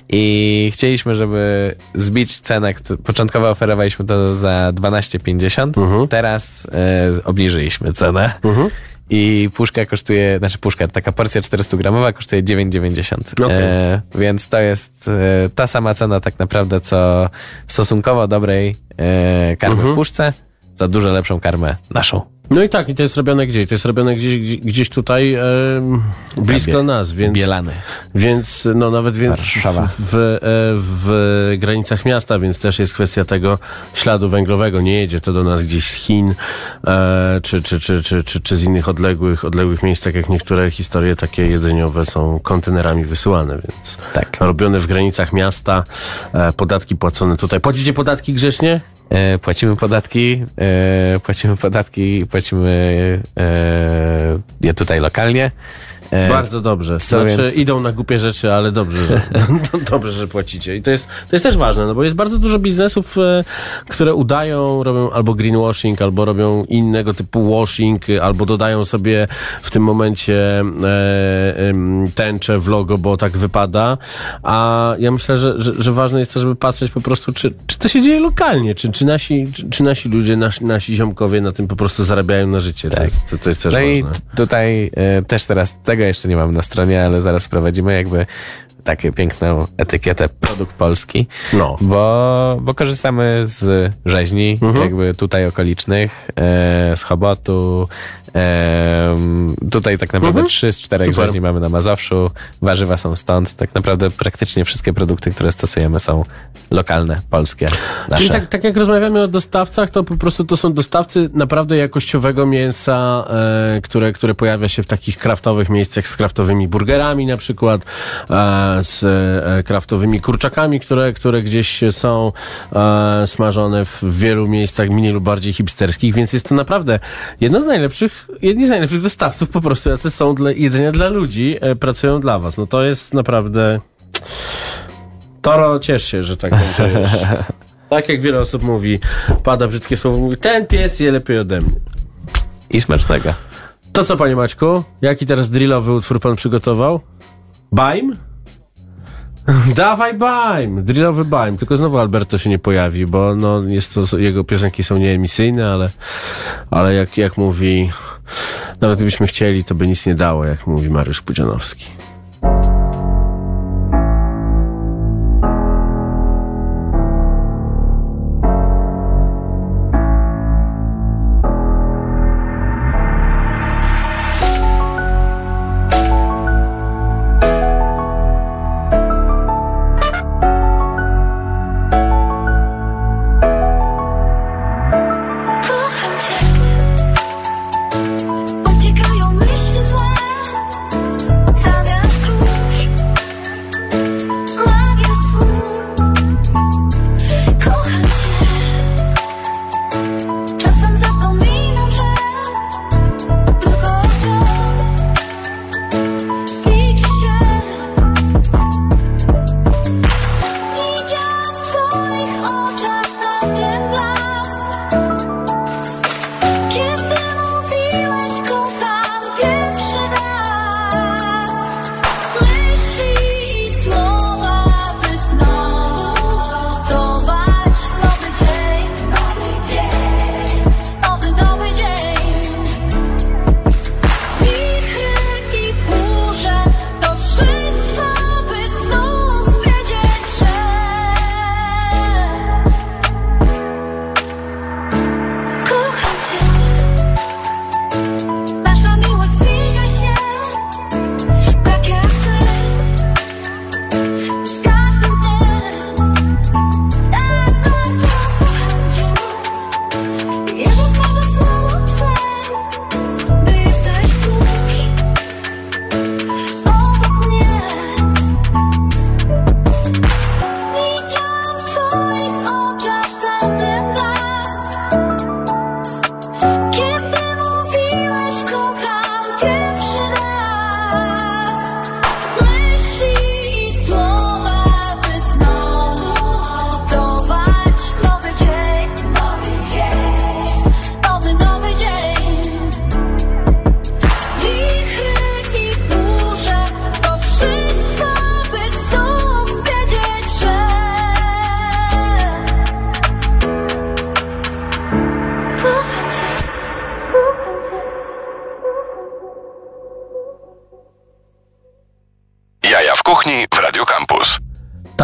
I chcieliśmy, żeby zbić cenę, początkowo oferowaliśmy to za dwanaście pięćdziesiąt, uh-huh. teraz e, obniżyliśmy cenę. Uh-huh. I puszka kosztuje, znaczy puszka, taka porcja czterysta gramowa kosztuje dziewięć dziewięćdziesiąt. Okay. E, więc to jest e, ta sama cena tak naprawdę, co stosunkowo dobrej e, karmy uh-huh. w puszce, za dużo lepszą karmę naszą. No i tak, i to jest robione gdzieś? To jest robione gdzieś, gdzieś tutaj e, blisko Bie- nas, więc... Bielany. Więc, no nawet więc Warszawa. w, w, w granicach miasta, więc też jest kwestia tego śladu węglowego. Nie jedzie to do nas gdzieś z Chin, e, czy, czy, czy, czy, czy, czy z innych odległych, odległych miejsc, tak jak niektóre historie takie jedzeniowe są kontenerami wysyłane, więc tak. robione w granicach miasta, e, podatki płacone tutaj. Płacicie podatki grzecznie? E, płacimy podatki, e, płacimy podatki, płacimy e, je tutaj lokalnie. E, Bardzo dobrze. Znaczy więc... idą na głupie rzeczy, ale dobrze, że, dobrze, że płacicie. I to jest, to jest też ważne, no bo jest bardzo dużo biznesów, e, które udają, robią albo greenwashing, albo robią innego typu washing, albo dodają sobie w tym momencie e, e, tęczę w logo, bo tak wypada. A ja myślę, że, że, że ważne jest to, żeby patrzeć po prostu, czy, czy to się dzieje lokalnie, czy, czy, nasi, czy, czy nasi ludzie, nasi, nasi ziomkowie na tym po prostu zarabiają na życie. Tak. To, jest, to, to jest też no ważne. I tutaj e, też teraz tego jeszcze nie mamy na stronie, ale zaraz wprowadzimy jakby taką piękną etykietę produkt polski, no. bo, bo korzystamy z rzeźni, mhm. jakby tutaj okolicznych, e, z Chobotu, e, tutaj tak naprawdę mhm. trzy z czterech Super. rzeźni mamy na Mazowszu, warzywa są stąd, tak naprawdę praktycznie wszystkie produkty, które stosujemy są lokalne, polskie, nasze. Czyli tak, tak jak rozmawiamy o dostawcach, to po prostu to są dostawcy naprawdę jakościowego mięsa, e, które, które pojawia się w takich kraftowych miejscach z kraftowymi burgerami na przykład, e, z e, kraftowymi kurczakami, które, które gdzieś są e, smażone w wielu miejscach mniej lub bardziej hipsterskich, więc jest to naprawdę jedno z najlepszych, jedni z najlepszych dostawców po prostu, jacy są dla jedzenia dla ludzi, e, pracują dla was. No to jest naprawdę... Toro, ciesz się, że tak będzie. Tak jak wiele osób mówi, pada brzydkie słowo, mówi, ten pies je lepiej ode mnie. I smacznego. To co, panie Maćku? Jaki teraz drillowy utwór pan przygotował? Baim? Dawaj Baim! Drillowy Baim. Tylko znowu Alberto się nie pojawi, bo no, jest to, jego piosenki są nieemisyjne, ale, ale jak, jak mówi, nawet gdybyśmy chcieli, to by nic nie dało, jak mówi Mariusz Pudzianowski. Uciekają myśli złe, zamiast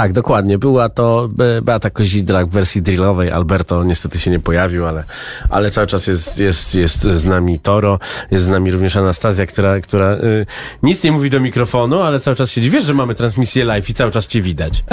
Tak, dokładnie. Była to Be- Beata Kozidrak w wersji drillowej. Alberto niestety się nie pojawił, ale, ale cały czas jest, jest, jest z nami Toro, jest z nami również Anastazja, która, która y, nic nie mówi do mikrofonu, ale cały czas siedzi. Wiesz, że mamy transmisję live i cały czas cię widać.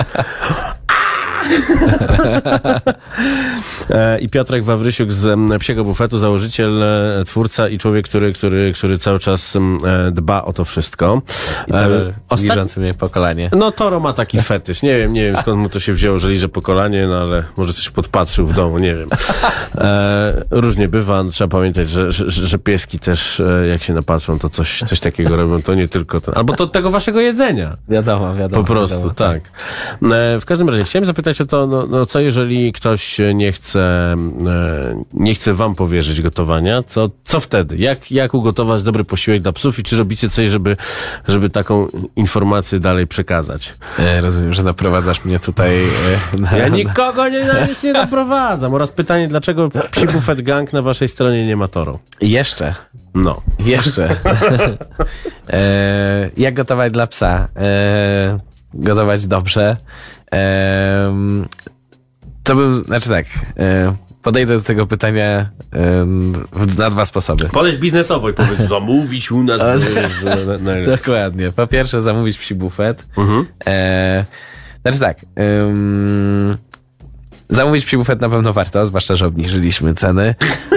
I Piotrek Wawrysiuk z Psiego Bufetu, założyciel, twórca i człowiek, który, który, który cały czas dba o to wszystko. I to Ostat... liczący mnie pokolenie. No Toro ma taki fetysz. Nie wiem, nie wiem skąd mu to się wzięło, że liże pokolanie, no ale może coś podpatrzył w domu, nie wiem. E, różnie bywa, trzeba pamiętać, że, że, że pieski też jak się napatrzą, to coś, coś takiego robią, to nie tylko ten, albo to od tego waszego jedzenia. Wiadomo, wiadomo. Po prostu, wiadomo, tak. E, w każdym razie chciałem zapytać o to, no, no co jeżeli ktoś nie chce, e, nie chce wam powierzyć gotowania, co, co wtedy? Jak, jak ugotować dobry posiłek dla psów i czy robicie coś, żeby, żeby taką informację dalej przekazać? E, rozumiem, że naprowadzasz mnie tutaj e, na... Ja nikogo nie, na nic nie naprowadzam. Oraz pytanie, dlaczego Psi Bufet Gang na waszej stronie nie ma Toro? Jeszcze. No. Jeszcze. e, jak gotować dla psa? E, gotować dobrze. E, to bym, znaczy tak, e, podejdę do tego pytania e, na dwa sposoby. Podejdź biznesowo i powiedz, zamówić u nas. Dokładnie. Po pierwsze, zamówić Psi Bufet. Mhm. E, znaczy tak, ym, zamówić Psi Bufet na pewno warto, zwłaszcza, że obniżyliśmy ceny.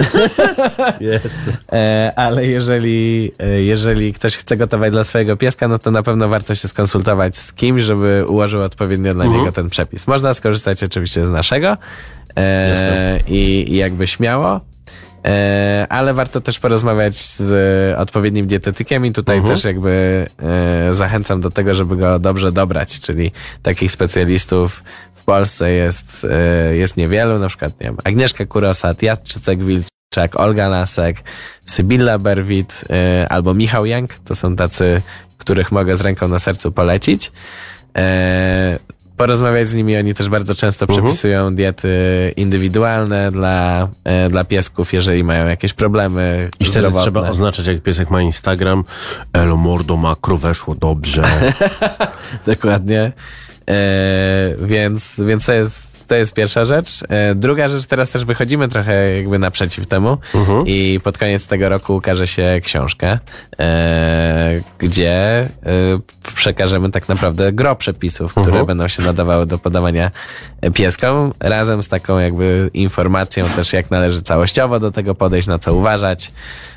Yes. E, ale jeżeli, jeżeli ktoś chce gotować dla swojego pieska, no to na pewno warto się skonsultować z kimś, żeby ułożył odpowiednio dla uh-huh. niego ten przepis. Można skorzystać oczywiście z naszego e, i, i jakby śmiało. E, ale warto też porozmawiać z odpowiednim dietetykiem i tutaj uh-huh. też jakby e, zachęcam do tego, żeby go dobrze dobrać, czyli takich specjalistów w Polsce jest, e, jest niewielu, na przykład nie wiem, Agnieszka Kurosat, Jacek-Wilczak, Olga Lasek, Sybilla Berwit e, albo Michał Jank, to są tacy, których mogę z ręką na sercu polecić. E, porozmawiać z nimi, oni też bardzo często uh-huh. przepisują diety indywidualne dla, e, dla piesków, jeżeli mają jakieś problemy i wtedy trzeba oznaczać, jak piesek ma Instagram, elo mordo, makro weszło dobrze. Dokładnie. E, więc, więc to jest to jest pierwsza rzecz. E, druga rzecz, teraz też wychodzimy trochę jakby naprzeciw temu uh-huh. i pod koniec tego roku ukaże się książka, e, gdzie e, przekażemy tak naprawdę gro przepisów, uh-huh. które będą się nadawały do podawania pieskom, razem z taką jakby informacją też, jak należy całościowo do tego podejść, na co uważać.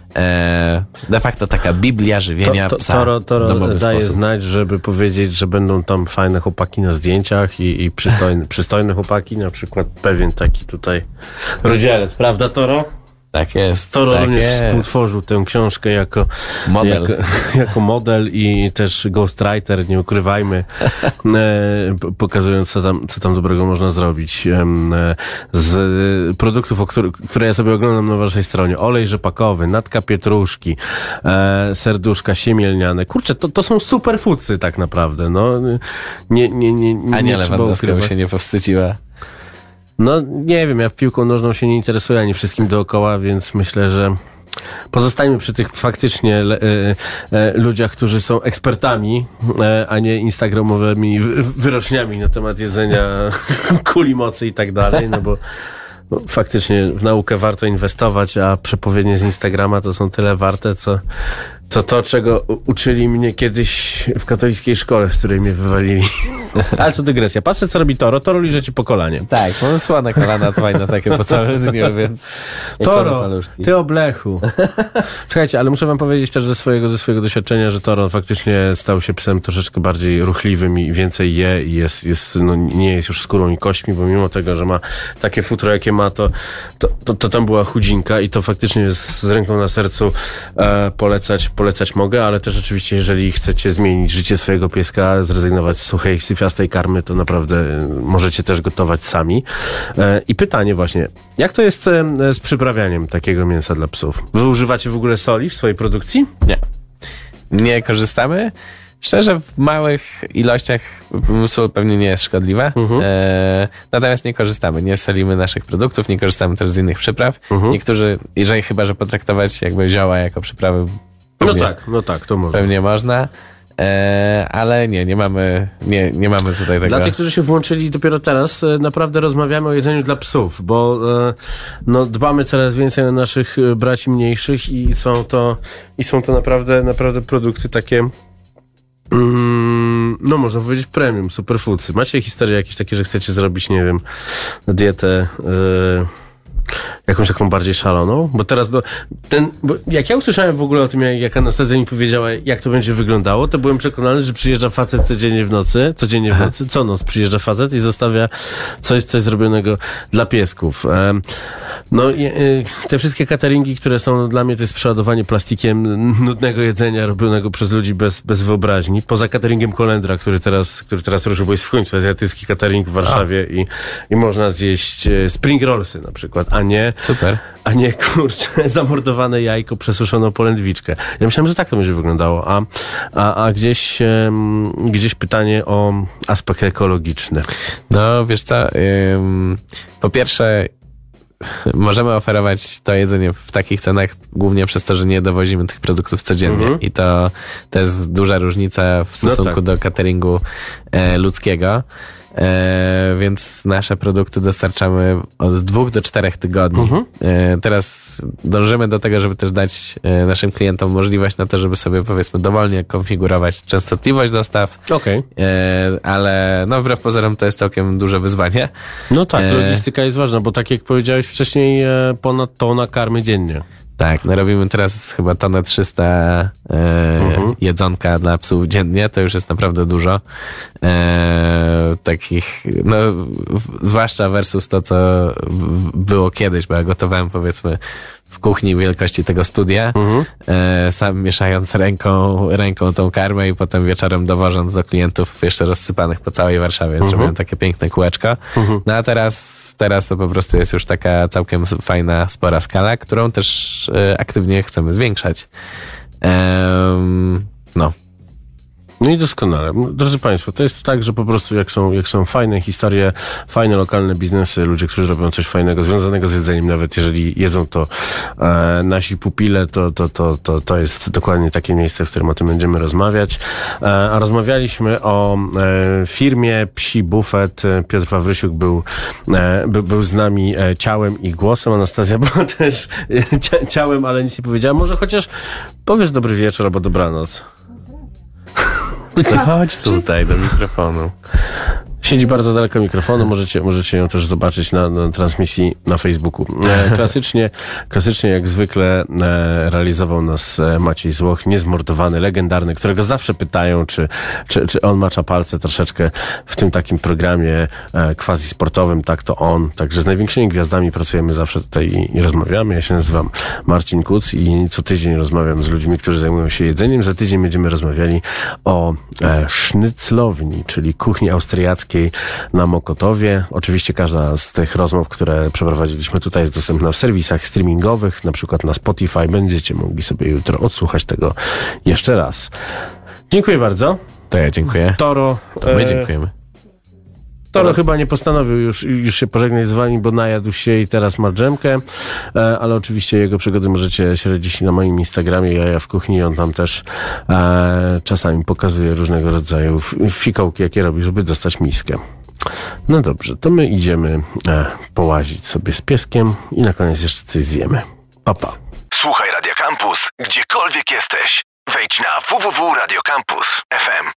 De facto taka Biblia żywienia to, to, psa Toro, Toro w domowy daje sposób. znać, żeby powiedzieć, że będą tam fajne chłopaki na zdjęciach i, i przystojne, przystojne chłopaki, na przykład pewien taki tutaj Rudzielec, prawda Toro? Tak jest. Toro tak również jest. współtworzył tę książkę jako model. Jako, jako model i też ghostwriter, nie ukrywajmy, e, pokazując, co tam, co tam dobrego można zrobić. E, z produktów, o który, które ja sobie oglądam na waszej stronie. Olej rzepakowy, natka pietruszki, e, serduszka siemielniane. Kurczę, to, to są superfoodsy tak naprawdę. No, nie, nie, nie, nie, Ania nie Lewandowska by się nie powstydziła. No nie wiem, ja piłką nożną się nie interesuję ani wszystkim dookoła, więc myślę, że pozostańmy przy tych faktycznie le, e, e, ludziach, którzy są ekspertami, e, a nie instagramowymi wyroczniami na temat jedzenia kuli mocy i tak dalej, no bo no, faktycznie w naukę warto inwestować, a przepowiednie z Instagrama to są tyle warte, co, co to, czego uczyli mnie kiedyś w katolickiej szkole, z której mnie wywalili. Ale to dygresja. Patrzę, co robi Toro. Toro liże ci po kolanie. Tak, mam słone kolana fajne takie po całym dniu, więc... Toro, ty oblechu. Słuchajcie, ale muszę wam powiedzieć też ze swojego, ze swojego doświadczenia, że Toro faktycznie stał się psem troszeczkę bardziej ruchliwym i więcej je i jest, jest, no, nie jest już skórą i kośćmi, bo mimo tego, że ma takie futro, jakie ma, to, to, to, to tam była chudzinka i to faktycznie jest z ręką na sercu e, polecać, polecać mogę, ale też oczywiście, jeżeli chcecie zmienić życie swojego pieska, zrezygnować z suchej, syfiastej karmy, to naprawdę możecie też gotować sami. E, I pytanie właśnie, jak to jest e, z przyprawianiem takiego mięsa dla psów? Wy używacie w ogóle soli w swojej produkcji? Nie. Nie korzystamy. Szczerze, w małych ilościach sól pewnie nie jest szkodliwa. Uh-huh. E, natomiast nie korzystamy. Nie solimy naszych produktów, nie korzystamy też z innych przypraw. Uh-huh. Niektórzy, jeżeli chyba, że potraktować jakby zioła jako przyprawy, no tak, no tak, to można. Pewnie można. E, ale nie, nie mamy, nie, nie mamy tutaj tego. Dla tych, którzy się włączyli dopiero teraz, e, naprawdę rozmawiamy o jedzeniu dla psów, bo e, no, dbamy coraz więcej o naszych e, braci mniejszych i są to, i są to naprawdę, naprawdę produkty takie, mm, no można powiedzieć premium, superfoodsy. Macie historie jakieś takie, że chcecie zrobić, nie wiem, dietę e, jakąś taką bardziej szaloną? Bo teraz, do, ten, bo jak ja usłyszałem w ogóle o tym, jak, jak Anastazja mi powiedziała, jak to będzie wyglądało, to byłem przekonany, że przyjeżdża facet codziennie w nocy, codziennie w nocy, co noc przyjeżdża facet i zostawia coś, coś zrobionego dla piesków. Um, no i y, te wszystkie cateringi, które są dla mnie, to jest przeładowanie plastikiem nudnego jedzenia robionego przez ludzi bez, bez wyobraźni. Poza cateringiem Kolendra, który teraz, który teraz ruszył, bo jest w końcu azjatycki catering w Warszawie i, i można zjeść e, spring rollsy na przykład, a nie Super. a nie, kurczę, zamordowane jajko, przesuszoną polędwiczkę. Ja myślałem, że tak to będzie wyglądało, a, a, a gdzieś, um, gdzieś pytanie o aspekt ekologiczny. No, wiesz co, ym, po pierwsze możemy oferować to jedzenie w takich cenach głównie przez to, że nie dowozimy tych produktów codziennie Mhm. i to, to jest duża różnica w stosunku tak. do cateringu e, ludzkiego. E, więc nasze produkty dostarczamy od dwóch do czterech tygodni. Mhm. E, teraz dążymy do tego, żeby też dać e, naszym klientom możliwość na to, żeby sobie powiedzmy dowolnie konfigurować częstotliwość dostaw. Okej. E, ale no wbrew pozorom to jest całkiem duże wyzwanie. No tak, E, logistyka jest ważna, bo tak jak powiedziałeś wcześniej, e, ponad tona karmy dziennie. Tak, no robimy teraz chyba tonę trzysta e, Mhm. jedzonka dla psów dziennie, to już jest naprawdę dużo. E, takich, no w, zwłaszcza versus to, co w, było kiedyś, bo ja gotowałem powiedzmy w kuchni wielkości tego studia, Mhm. e, sam mieszając ręką, ręką tą karmę i potem wieczorem dowożąc do klientów jeszcze rozsypanych po całej Warszawie, więc Mhm. zrobiłem takie piękne kółeczko. Mhm. No a teraz, teraz to po prostu jest już taka całkiem fajna, spora skala, którą też e, aktywnie chcemy zwiększać. Ehm, no. No i doskonale. Drodzy Państwo, to jest tak, że po prostu jak są, jak są fajne historie, fajne lokalne biznesy, ludzie, którzy robią coś fajnego, związanego z jedzeniem, nawet jeżeli jedzą to e, nasi pupile, to, to, to, to, to jest dokładnie takie miejsce, w którym o tym będziemy rozmawiać. E, a rozmawialiśmy o e, firmie Psi Bufet. Piotr Wawrysiuk był, e, by, był z nami e, ciałem i głosem. Anastazja była też e, cia, ciałem, ale nic nie powiedziała. Może chociaż powiesz dobry wieczór albo dobranoc. Chodź tutaj do mikrofonu. Siedzi bardzo daleko mikrofonu, możecie, możecie ją też zobaczyć na, na transmisji na Facebooku. E, klasycznie, klasycznie jak zwykle e, realizował nas e, Maciej Złoch, niezmordowany, legendarny, którego zawsze pytają, czy, czy, czy on macza palce troszeczkę w tym takim programie e, quasi sportowym, tak to on. Także z największymi gwiazdami pracujemy zawsze tutaj i, i rozmawiamy. Ja się nazywam Marcin Kuc i co tydzień rozmawiam z ludźmi, którzy zajmują się jedzeniem. Za tydzień będziemy rozmawiali o e, sznyclowni, czyli kuchni austriackiej na Mokotowie. Oczywiście każda z tych rozmów, które przeprowadziliśmy tutaj, jest dostępna w serwisach streamingowych, na przykład na Spotify. Będziecie mogli sobie jutro odsłuchać tego jeszcze raz. Dziękuję bardzo. To ja dziękuję. Toro. To my e, dziękujemy. Toro chyba nie postanowił już, już się pożegnać z wami, bo najadł się i teraz ma dżemkę, e, ale oczywiście jego przygody możecie śledzić na moim Instagramie Jaja w Kuchni. On tam też e, czasami pokazuje różnego rodzaju f- fikołki, jakie robi, żeby dostać miskę. No dobrze, to my idziemy e, połazić sobie z pieskiem i na koniec jeszcze coś zjemy. Pa, pa. Słuchaj Radio Campus, gdziekolwiek jesteś. Wejdź na w w w kropka radio campus kropka f m.